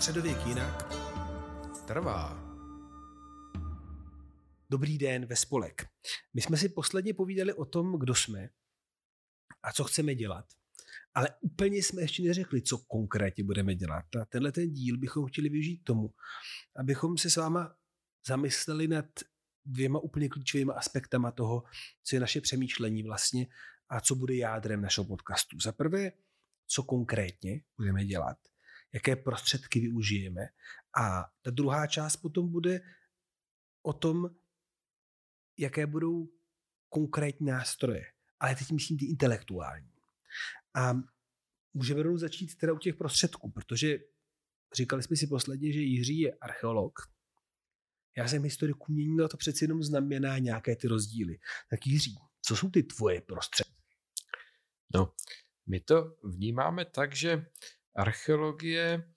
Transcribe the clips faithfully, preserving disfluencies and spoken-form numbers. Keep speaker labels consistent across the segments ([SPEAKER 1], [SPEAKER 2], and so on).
[SPEAKER 1] Středověk jinak trvá. Dobrý den ve spolek. My jsme si posledně povídali o tom, kdo jsme a co chceme dělat. Ale úplně jsme ještě neřekli, co konkrétně budeme dělat. A tenhle ten díl bychom chtěli využít tomu, abychom se s váma zamysleli nad dvěma úplně klíčovými aspektama toho, co je naše přemýšlení vlastně a co bude jádrem našeho podcastu. Za prvé, co konkrétně budeme dělat, jaké prostředky využijeme, a ta druhá část potom bude o tom, jaké budou konkrétní nástroje, ale teď myslím ty intelektuální. A můžeme rovnou začít teda u těch prostředků, protože říkali jsme si posledně, že Jiří je archeolog. Já jsem historik umění, no to přeci jenom znamená nějaké ty rozdíly. Tak Jiří, co jsou ty tvoje prostředky?
[SPEAKER 2] No, my to vnímáme tak, že archeologie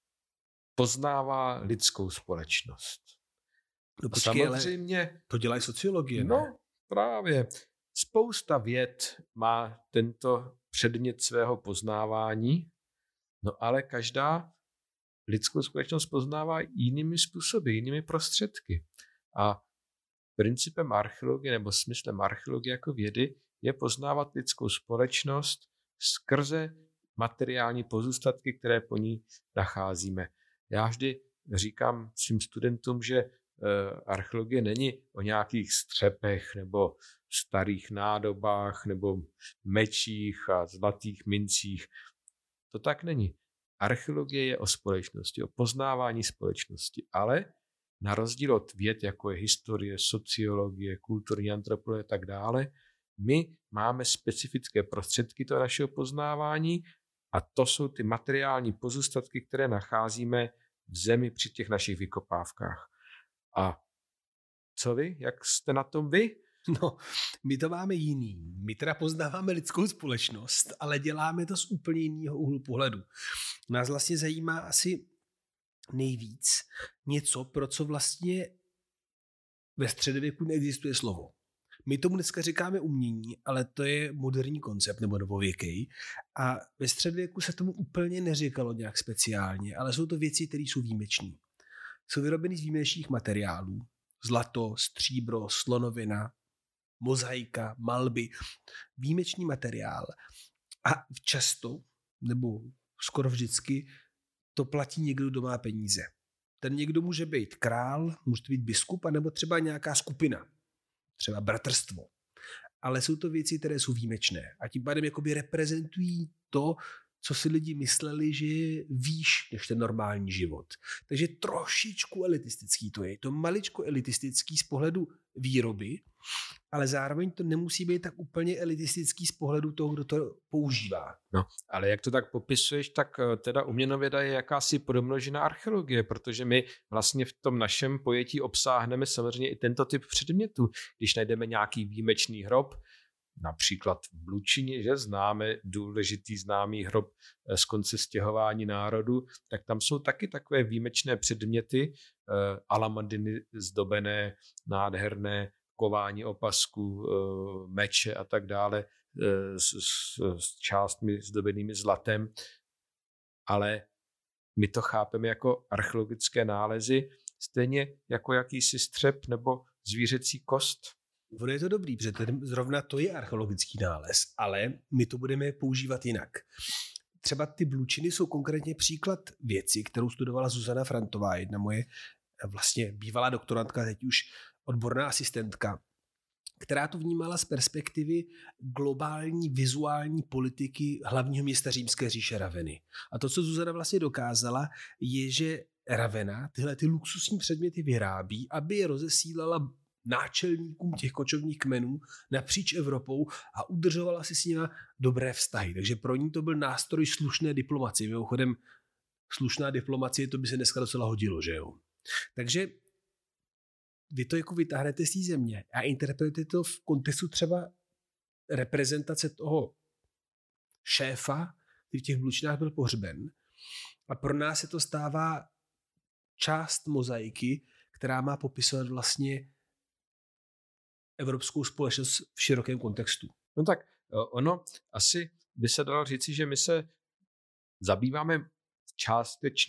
[SPEAKER 2] poznává lidskou společnost.
[SPEAKER 1] No počkej,
[SPEAKER 2] samozřejmě,
[SPEAKER 1] ale to dělají sociologie, ne?
[SPEAKER 2] No, právě. Spousta věd má tento předmět svého poznávání, no ale každá lidskou společnost poznává jinými způsoby, jinými prostředky. A principem archeologie nebo smyslem archeologie jako vědy je poznávat lidskou společnost skrze materiální pozůstatky, které po ní nacházíme. Já vždy říkám svým studentům, že archeologie není o nějakých střepech nebo starých nádobách nebo mečích a zlatých mincích. To tak není. Archeologie je o společnosti, o poznávání společnosti, ale na rozdíl od věd, jako je historie, sociologie, kulturní antropologie a tak dále, my máme specifické prostředky toho našeho poznávání a to jsou ty materiální pozůstatky, které nacházíme v zemi při těch našich vykopávkách. A co vy? Jak jste na tom vy?
[SPEAKER 1] No, my to máme jiný. My teda poznáváme lidskou společnost, ale děláme to z úplně jiného úhlu pohledu. Nás vlastně zajímá asi nejvíc něco, pro co vlastně ve středověku neexistuje slovo. My tomu dneska říkáme umění, ale to je moderní koncept nebo novověký. A ve středověku se tomu úplně neříkalo nějak speciálně, ale jsou to věci, které jsou výjimečné. Jsou vyrobeny z výjimečných materiálů. Zlato, stříbro, slonovina, mozaika, malby. Výjimečný materiál. A často, nebo skoro vždycky, to platí někdo, kdo má peníze. Ten někdo může být král, může to být biskup, anebo třeba nějaká skupina. Třeba bratrstvo. Ale jsou to věci, které jsou výjimečné. A tím pádem jakoby reprezentují to, co si lidi mysleli, že je výš než ten normální život. Takže trošičku elitistický to je. Je to maličko elitistický z pohledu výroby, ale zároveň to nemusí být tak úplně elitistický z pohledu toho, kdo to používá.
[SPEAKER 2] No, ale jak to tak popisuješ, tak teda uměnověda je jakási podmnožina archeologie, protože my vlastně v tom našem pojetí obsáhneme samozřejmě i tento typ předmětu. Když najdeme nějaký výjimečný hrob, například v Blučině, že známe důležitý známý hrob z konce stěhování národu, tak tam jsou taky takové výjimečné předměty, eh, alamandiny zdobené, nádherné, kování opasků, eh, meče a tak dále eh, s, s, s částmi zdobenými zlatem, ale my to chápeme jako archeologické nálezy, stejně jako jakýsi střep nebo zvířecí kost.
[SPEAKER 1] Ono je to dobrý, protože zrovna to je archeologický nález, ale my to budeme používat jinak. Třeba ty Blučiny jsou konkrétně příklad věci, kterou studovala Zuzana Frantová, jedna moje vlastně bývalá doktorantka, teď už odborná asistentka, která to vnímala z perspektivy globální vizuální politiky hlavního města Římské říše Raveny. A to, co Zuzana vlastně dokázala, je, že Ravena tyhle ty luxusní předměty vyrábí, aby je rozesílala náčelníkům těch kočovních kmenů napříč Evropou a udržovala si s nimi dobré vztahy. Takže pro ní to byl nástroj slušné diplomacie. Mimochodem, slušná diplomacie, to by se dneska docela hodilo, že jo? Takže vy to jako vytáhnete z té země a interpretujete to v kontextu třeba reprezentace toho šéfa, který v těch Blučinách byl pohřben. A pro nás se to stává část mozaiky, která má popisovat vlastně evropskou společnost v širokém kontextu.
[SPEAKER 2] No tak ono asi by se dalo říci, že my se zabýváme částečně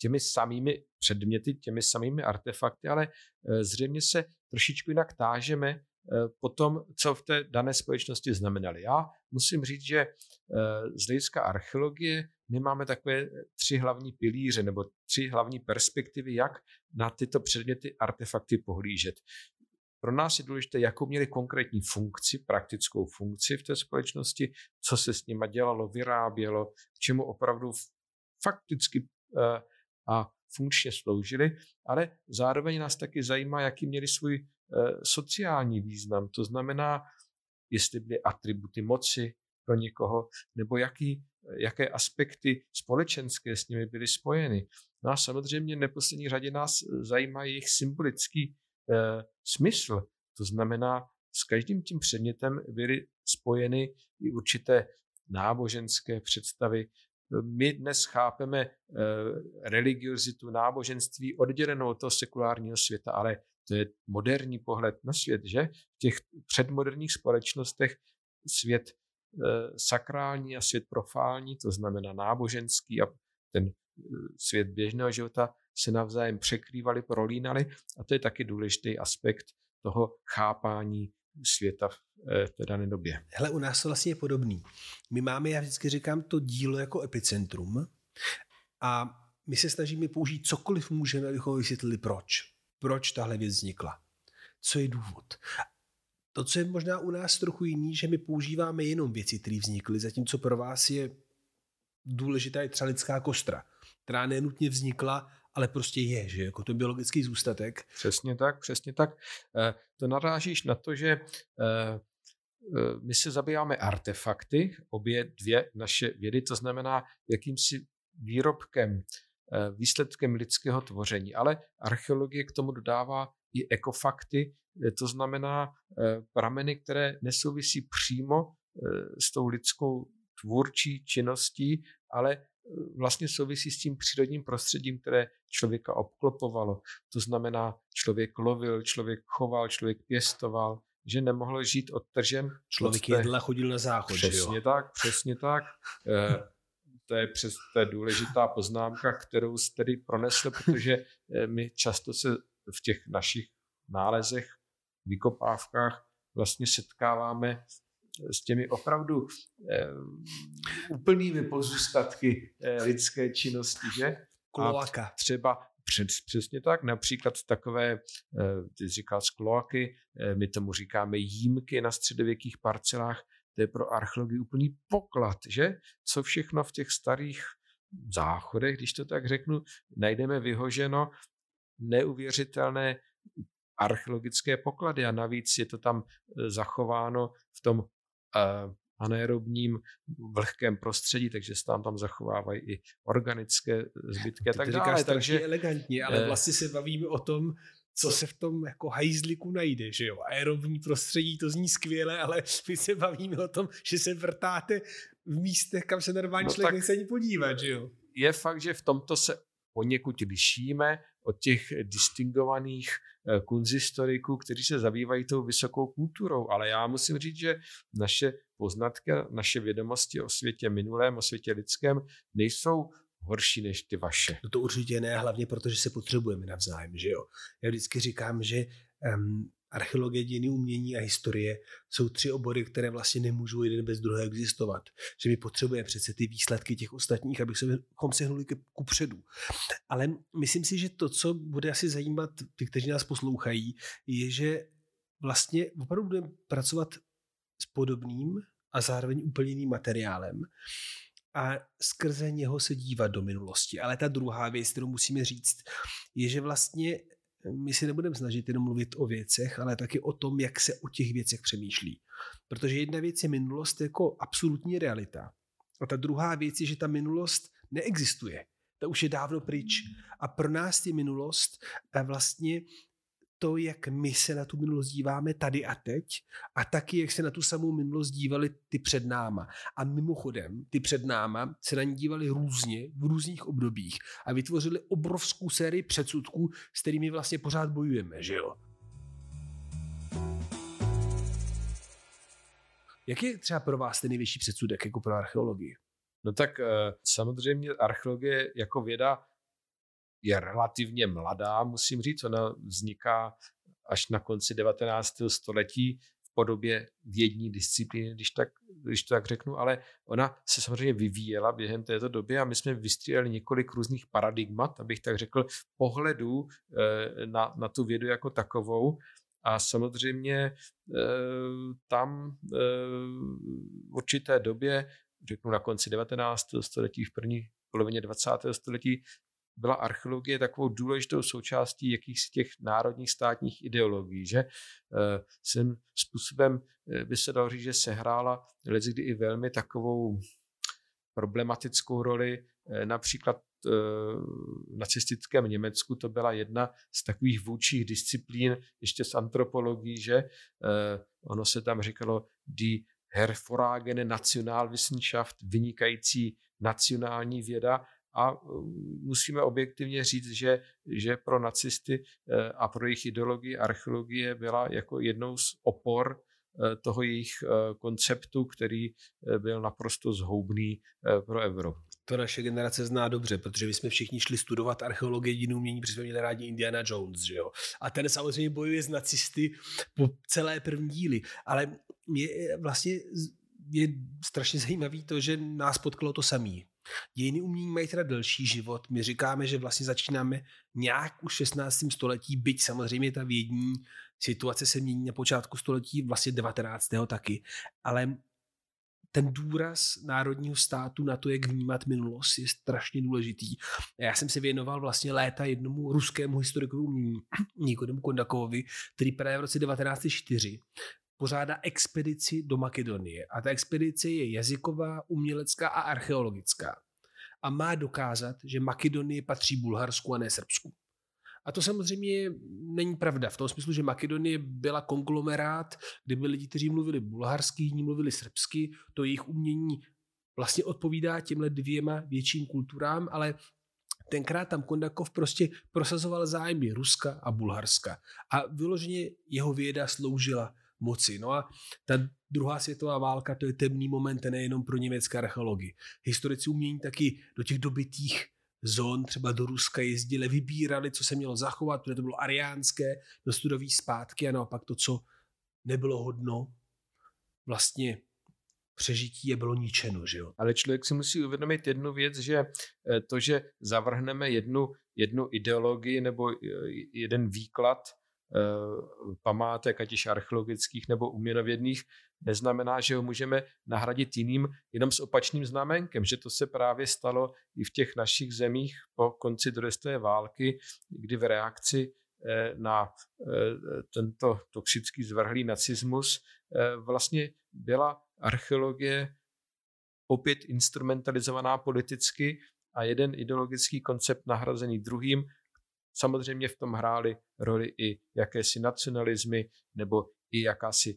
[SPEAKER 2] těmi samými předměty, těmi samými artefakty, ale zřejmě se trošičku jinak tážeme po tom, co v té dané společnosti znamenaly. Já musím říct, že z hlediska archeologie my máme takové tři hlavní pilíře nebo tři hlavní perspektivy, jak na tyto předměty, artefakty pohlížet. Pro nás je důležité, jakou měli konkrétní funkci, praktickou funkci v té společnosti, co se s nima dělalo, vyrábělo, k čemu opravdu fakticky a funkčně sloužili, ale zároveň nás taky zajímá, jaký měli svůj sociální význam. To znamená, jestli byly atributy moci pro někoho, nebo jaký, jaké aspekty společenské s nimi byly spojeny. No a samozřejmě v neposlední řadě nás zajímá jejich symbolický eh, smysl. To znamená, s každým tím předmětem byly spojeny i určité náboženské představy. My dnes chápeme eh, religiozitu, náboženství oddělenou od toho sekulárního světa, ale to je moderní pohled na svět, že? V těch předmoderních společnostech svět e, sakrální a svět profální, to znamená náboženský a ten e, svět běžného života se navzájem překrývali, prolínali a to je taky důležitý aspekt toho chápání světa v, e, v té dané době.
[SPEAKER 1] Hele, u nás to vlastně je podobný. My máme, já vždycky říkám, to dílo jako epicentrum a my se snažíme použít cokoliv můžeme, abychom vysvětlili proč. Proč tahle věc vznikla? Co je důvod? To, co je možná u nás trochu jiný, že my používáme jenom věci, které vznikly, zatímco pro vás je důležitá je třeba lidská kostra, která nenutně vznikla, ale prostě je, že jako to biologický zůstatek.
[SPEAKER 2] Přesně tak, přesně tak. E, to narážíš na to, že e, my se zabýváme artefakty, obě dvě naše vědy, to znamená jakýmsi výrobkem, výsledkem lidského tvoření. Ale archeologie k tomu dodává i ekofakty, to znamená prameny, které nesouvisí přímo s tou lidskou tvůrčí činností, ale vlastně souvisí s tím přírodním prostředím, které člověka obklopovalo. To znamená, člověk lovil, člověk choval, člověk pěstoval, že nemohl žít odtržen.
[SPEAKER 1] Člověk jedla, chodil na záchod.
[SPEAKER 2] Přesně
[SPEAKER 1] jo?
[SPEAKER 2] tak, přesně tak. To je, přes, to je důležitá poznámka, kterou jsi tedy pronesl, protože my často se v těch našich nálezech, vykopávkách vlastně setkáváme s těmi opravdu eh, úplnými pozůstatky eh, lidské činnosti, že?
[SPEAKER 1] Kloaka.
[SPEAKER 2] A třeba před, přesně tak, například takové, eh, ty jsi říkal z kloaky, eh, my tomu říkáme jímky na středověkých parcelách. To je pro archeologii úplný poklad, že? Co všechno v těch starých záchodech, když to tak řeknu, najdeme vyhoženo, neuvěřitelné archeologické poklady a navíc je to tam zachováno v tom uh, anaerobním vlhkém prostředí, takže se tam, tam zachovávají i organické zbytky a tak dále.
[SPEAKER 1] Takže elegantně, ale vlastně se bavíme o tom, co se v tom jako hajzliku najde, že jo. Aerobní prostředí, to zní skvěle, ale my se bavíme o tom, že se vrtáte v místech, kam se normální no člověk nechce ani podívat, že jo.
[SPEAKER 2] Je fakt, že v tomto se poněkud lišíme od těch distingovaných kunzistoriků, kteří se zabývají tou vysokou kulturou, ale já musím říct, že naše poznatky, naše vědomosti o světě minulém, o světě lidském nejsou horší než ty vaše.
[SPEAKER 1] No to určitě ne, hlavně protože se potřebujeme navzájem, že jo. Já vždycky říkám, že um, archeologie, dějiny, umění a historie jsou tři obory, které vlastně nemůžou jeden bez druhého existovat. Že my potřebujeme přece ty výsledky těch ostatních, abychom se hnuli ku předu. Ale myslím si, že to, co bude asi zajímat ty, kteří nás poslouchají, je, že vlastně opravdu budeme pracovat s podobným a zároveň úplně jiným materiálem a skrze něho se dívat do minulosti. Ale ta druhá věc, kterou musíme říct, je, že vlastně my si nebudeme snažit jenom mluvit o věcech, ale taky o tom, jak se o těch věcech přemýšlí. Protože jedna věc je minulost jako absolutní realita. A ta druhá věc je, že ta minulost neexistuje. Ta už je dávno pryč. A pro nás je minulost vlastně to, jak my se na tu minulost díváme tady a teď a taky, jak se na tu samou minulost dívali ty před náma. A mimochodem, ty před náma se na ní dívali různě, v různých obdobích a vytvořili obrovskou sérii předsudků, s kterými vlastně pořád bojujeme, že jo? Jak je třeba pro vás ten největší předsudek jako pro archeologii?
[SPEAKER 2] No tak samozřejmě archeologie jako věda je relativně mladá, musím říct, ona vzniká až na konci devatenáctého století v podobě vědní disciplíny, když, tak, když to tak řeknu, ale ona se samozřejmě vyvíjela během této doby a my jsme vystřídali několik různých paradigmat, abych tak řekl, pohledů na, na tu vědu jako takovou. A samozřejmě tam v určité době, řeknu na konci devatenáctého století, v první polovině dvacátého století, byla archeologie takovou důležitou součástí jakýchsi těch národních státních ideologií, že svým způsobem by se dalo říct, že sehrála leckdy i velmi takovou problematickou roli. Například v nacistickém Německu to byla jedna z takových vůdčích disciplín ještě z antropologií, že ono se tam říkalo die hervorragende Nationalwissenschaft, vynikající nacionální věda. A musíme objektivně říct, že, že pro nacisty a pro jejich ideologii archeologie byla jako jednou z opor toho jejich konceptu, který byl naprosto zhoubný pro Evropu.
[SPEAKER 1] To naše generace zná dobře, protože my jsme všichni šli studovat archeologii dějin umění, protože jsme měli rádi Indiana Jones, že jo. A ten samozřejmě bojuje s nacisty po celé první díly, ale je vlastně je strašně zajímavý to, že nás potkalo to samý. Dějiny umění mají teda delší život. My říkáme, že vlastně začínáme nějak už v šestnáctém století, byť samozřejmě ta vědní situace se mění na počátku století, vlastně devatenáctého taky. Ale ten důraz národního státu na to, jak vnímat minulost, je strašně důležitý. Já jsem se věnoval vlastně léta jednomu ruskému historikovi umění, Nikodemu Kondakovovi, který právě v roce devatenáct set čtyři pořádá expedici do Makedonie. A ta expedice je jazyková, umělecká a archeologická. A má dokázat, že Makedonie patří Bulharsku a ne Srbsku. A to samozřejmě není pravda. V tom smyslu, že Makedonie byla konglomerát, kde byli lidi, kteří mluvili bulharsky, jiní mluvili srbsky. To jejich umění vlastně odpovídá těmhle dvěma větším kulturám, ale tenkrát tam Kondakov prostě prosazoval zájmy Ruska a Bulharska. A vyloženě jeho věda sloužila moci. No a ta druhá světová válka, to je temný moment nejenom pro německé archeology. Historici umění taky do těch dobytých zón, třeba do Ruska jezdili, vybírali, co se mělo zachovat, protože to bylo ariánské, dostudoví zpátky a naopak to, co nebylo hodno, vlastně přežití je bylo ničeno. Že jo?
[SPEAKER 2] Ale člověk si musí uvědomit jednu věc, že to, že zavrhneme jednu, jednu ideologii nebo jeden výklad památek, ať již archeologických nebo uměnovědných, neznamená, že ho můžeme nahradit jiným jenom s opačným znaménkem, že to se právě stalo i v těch našich zemích po konci druhé světové války, kdy v reakci na tento toxický zvrhlý nacismus vlastně byla archeologie opět instrumentalizovaná politicky a jeden ideologický koncept nahrazený druhým. Samozřejmě v tom hrály roli i jakési nacionalismy nebo i jakási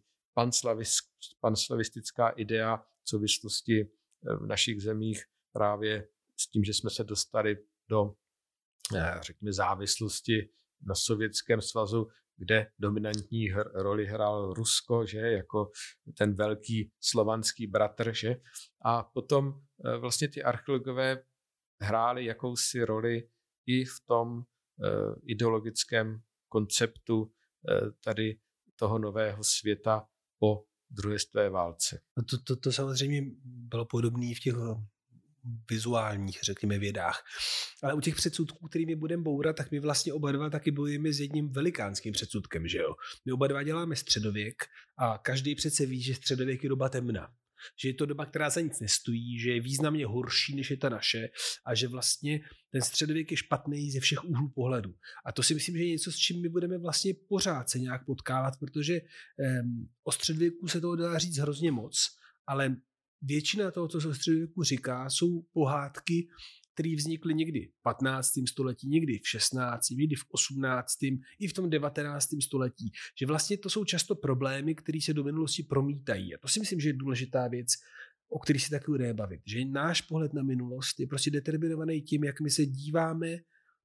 [SPEAKER 2] panslavistická idea v souvislosti v našich zemích právě s tím, že jsme se dostali do, řekněme, závislosti na Sovětském svazu, kde dominantní hr, roli hrál Rusko, že, jako ten velký slovanský bratr, že. A potom vlastně ty archeologové hráli jakousi roli i v tom ideologickém konceptu tady toho nového světa po druhé světové válce.
[SPEAKER 1] No to, to, to samozřejmě bylo podobné v těch vizuálních, řekněme, vědách. Ale u těch předsudků, kterými budeme bourat, tak my vlastně oba dva taky bojujeme s jedním velikánským předsudkem, že jo? My oba dva děláme středověk a každý přece ví, že středověk je doba temna. Že je to doba, která za nic nestojí, že je významně horší, než je ta naše a že vlastně ten středověk je špatný ze všech úhlů pohledu. A to si myslím, že je něco, s čím my budeme vlastně pořád se nějak potkávat, protože um, o středověku se toho dá říct hrozně moc, ale většina toho, co se o středověku říká, jsou pohádky, které vznikly někdy v patnáctém století, někdy v šestnáctém, někdy v osmnáctém i v tom devatenáctém století. Že vlastně to jsou často problémy, které se do minulosti promítají. A to si myslím, že je důležitá věc, o které si taky budeme bavit. Že náš pohled na minulost je prostě determinovaný tím, jak my se díváme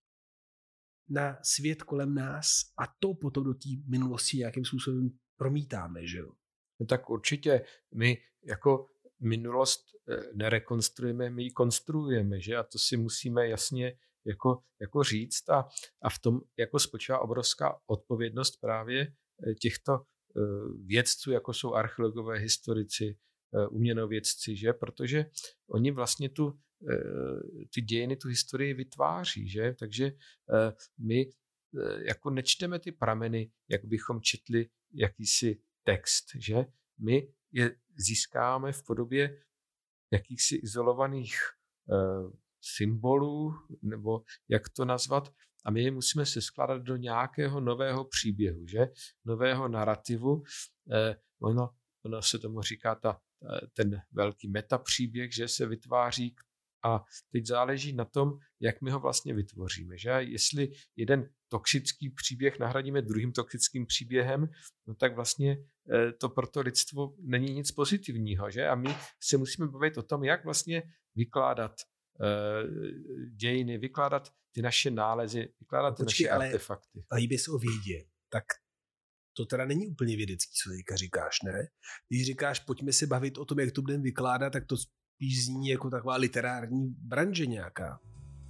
[SPEAKER 1] na svět kolem nás a to potom do té minulosti nějakým způsobem promítáme. Že jo?
[SPEAKER 2] No tak určitě my jako minulost nerekonstruujeme, my ji konstruujeme, že? A to si musíme jasně, jako, jako říct a, a v tom jako spočívá obrovská odpovědnost právě těchto vědců, jako jsou archeologové, historici, uměnovědci, že? Protože oni vlastně tu, ty dějiny, tu historii vytváří, že? Takže my jako nečteme ty prameny, jak bychom četli jakýsi text, že? My je získáme v podobě jakýchsi izolovaných symbolů, nebo jak to nazvat, a my je musíme se skládat do nějakého nového příběhu, že? Nového narrativu. Eh, ono, ono se tomu říká ta, ten velký metapříběh, že se vytváří, a teď záleží na tom, jak my ho vlastně vytvoříme. Že? Jestli jeden toxický příběh nahradíme druhým toxickým příběhem, no tak vlastně eh, to pro to lidstvo není nic pozitivního. Že? A my se musíme bavit o tom, jak vlastně vykládat dějiny, vykládat ty naše nálezy, vykládat ty
[SPEAKER 1] Počkej,
[SPEAKER 2] naše
[SPEAKER 1] ale
[SPEAKER 2] artefakty.
[SPEAKER 1] Ale jíbe se o vědě, tak to teda není úplně vědecký, co teďka říkáš, ne? Když říkáš, pojďme se bavit o tom, jak to budeme vykládat, tak to spíš zní jako taková literární branže nějaká.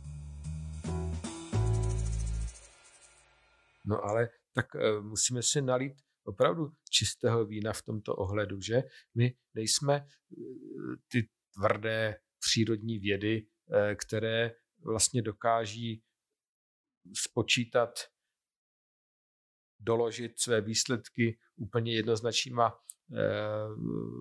[SPEAKER 2] No ale tak uh, musíme si nalít opravdu čistého vína v tomto ohledu, že? My nejsme uh, ty tvrdé přírodní vědy, které vlastně dokáží spočítat, doložit své výsledky úplně jednoznačnýma eh,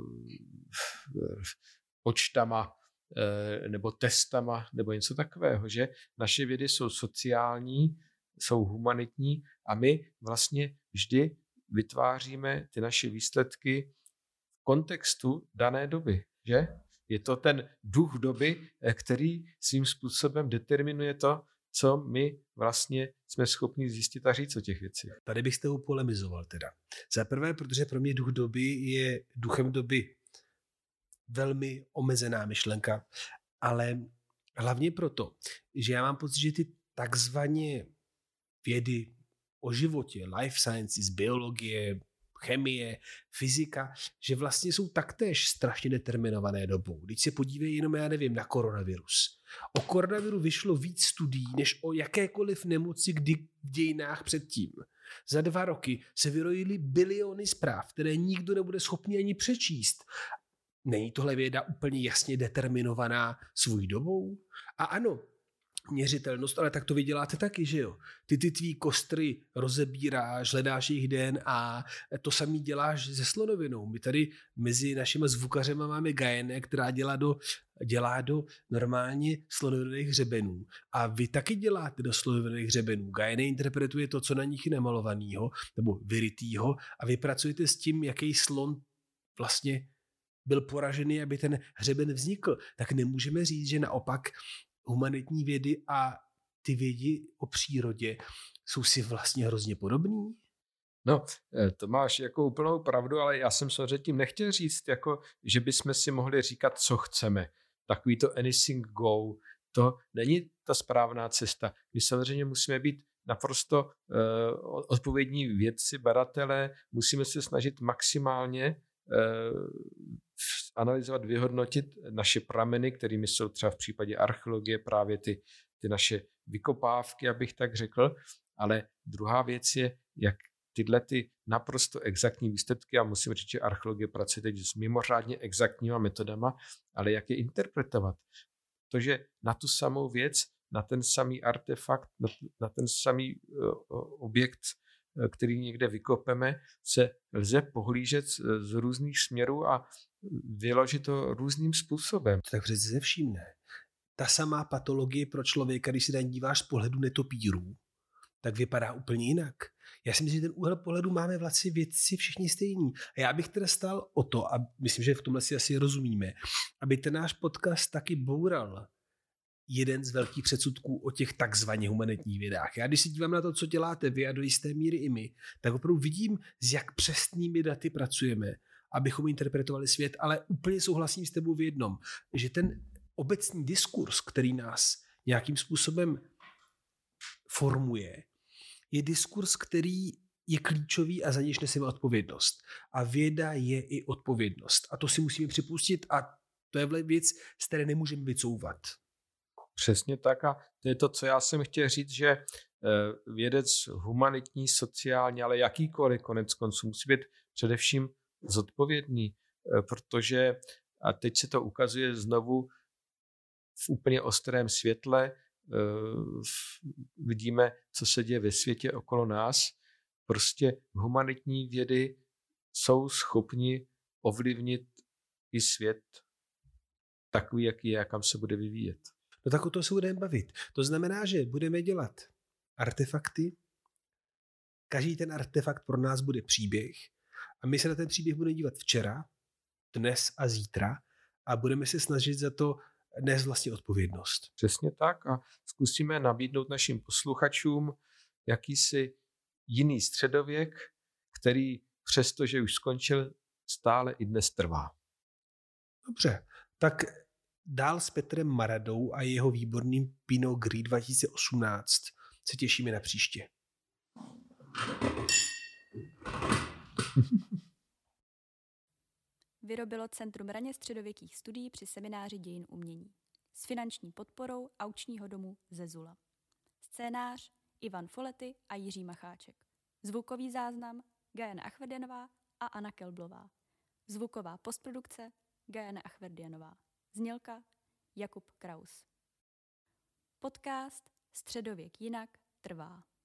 [SPEAKER 2] počtama eh, nebo testama nebo něco takového, že naše vědy jsou sociální, jsou humanitní a my vlastně vždy vytváříme ty naše výsledky v kontextu dané doby, že? Je to ten duch doby, který svým způsobem determinuje to, co my vlastně jsme schopni zjistit a říct o těch věcech.
[SPEAKER 1] Tady bych s tebou polemizoval teda. Za prvé, protože pro mě duch doby je duchem doby velmi omezená myšlenka, ale hlavně proto, že já mám pocit, že ty takzvaně vědy o životě, life sciences, biologie, chemie, fyzika, že vlastně jsou taktéž strašně determinované dobou. Když se podívej jenom, já nevím, na koronavirus. O koronaviru vyšlo víc studií, než o jakékoliv nemoci kdy v dějinách předtím. Za dva roky se vyrojily biliony zpráv, které nikdo nebude schopný ani přečíst. Není tohle věda úplně jasně determinovaná svou dobou? A ano, měřitelnost, ale tak to vy děláte taky, že jo? Ty ty tvý kostry rozebíráš, hledáš jejich D N A, to samý děláš se slonovinou. My tady mezi našimi zvukařema máme Gajene, která dělá do, dělá do normálně slonovinových hřebenů. A vy taky děláte do slonovinových hřebenů. Gajene interpretuje to, co na nich je namalovanýho, nebo vyrytýho, a vy pracujete s tím, jaký slon vlastně byl poražený, aby ten hřeben vznikl. Tak nemůžeme říct, že naopak humanitní vědy a ty vědy o přírodě jsou si vlastně hrozně podobný?
[SPEAKER 2] No, to máš jako úplnou pravdu, ale já jsem samozřejmě tím nechtěl říct, jako, že bychom si mohli říkat, co chceme. Takový to anything go, to není ta správná cesta. My samozřejmě musíme být naprosto uh, odpovědní vědci, badatelé, musíme se snažit maximálně uh, analyzovat, vyhodnotit naše prameny, kterými jsou třeba v případě archeologie právě ty, ty naše vykopávky, abych tak řekl. Ale druhá věc je, jak tyhle ty naprosto exaktní výsledky, a musím říct, že archeologie pracuje teď s mimořádně exaktníma metodama, ale jak je interpretovat. Protože na tu samou věc, na ten samý artefakt, na, na ten samý uh, objekt, který někde vykopeme, se lze pohlížet z, z různých směrů a vyložit to různým způsobem.
[SPEAKER 1] To tak přece se všimne. Ta samá patologie pro člověka, když se na ní díváš z pohledu netopírů, tak vypadá úplně jinak. Já si myslím, že ten úhel pohledu máme vlastně vědci všichni stejní. A já bych teda stál o to, a myslím, že v tomhle si asi rozumíme, aby ten náš podcast taky boural jeden z velkých předsudků o těch takzvaně humanitních vědách. Já když si dívám na to, co děláte vy a do jisté míry i my, tak opravdu vidím, s jak přesnými daty pracujeme, abychom interpretovali svět, ale úplně souhlasím s tebou v jednom, že ten obecný diskurs, který nás nějakým způsobem formuje, je diskurs, který je klíčový a za nějž neseme odpovědnost. A věda je i odpovědnost. A to si musíme připustit a to je věc, z které nemůžeme vycouvat.
[SPEAKER 2] Přesně tak a to je to, co já jsem chtěl říct, že vědec humanitní, sociální, ale jakýkoliv konec konců musí být především zodpovědný, protože, a teď se to ukazuje znovu v úplně ostrém světle, vidíme, co se děje ve světě okolo nás, prostě humanitní vědy jsou schopni ovlivnit i svět takový, jaký je a kam se bude vyvíjet.
[SPEAKER 1] No tak o to se budeme bavit. To znamená, že budeme dělat artefakty, každý ten artefakt pro nás bude příběh a my se na ten příběh budeme dívat včera, dnes a zítra a budeme se snažit za to nést vlastně odpovědnost.
[SPEAKER 2] Přesně tak a zkusíme nabídnout našim posluchačům jakýsi jiný středověk, který přestože už skončil, stále i dnes trvá.
[SPEAKER 1] Dobře, tak dál s Petrem Maradou a jeho výborným Pinot Gris dva tisíce osmnáct se těšíme na příště.
[SPEAKER 3] Vyrobilo Centrum raně středověkých studií při semináři dějin umění s finanční podporou Aukčního domu Zezula. Scénář Ivan Folety a Jiří Macháček. Zvukový záznam Gajána Achverdianová a Anna Kelblová. Zvuková postprodukce Gajána Achverdianová. Znělka Jakub Kraus. Podcast Středověk jinak trvá.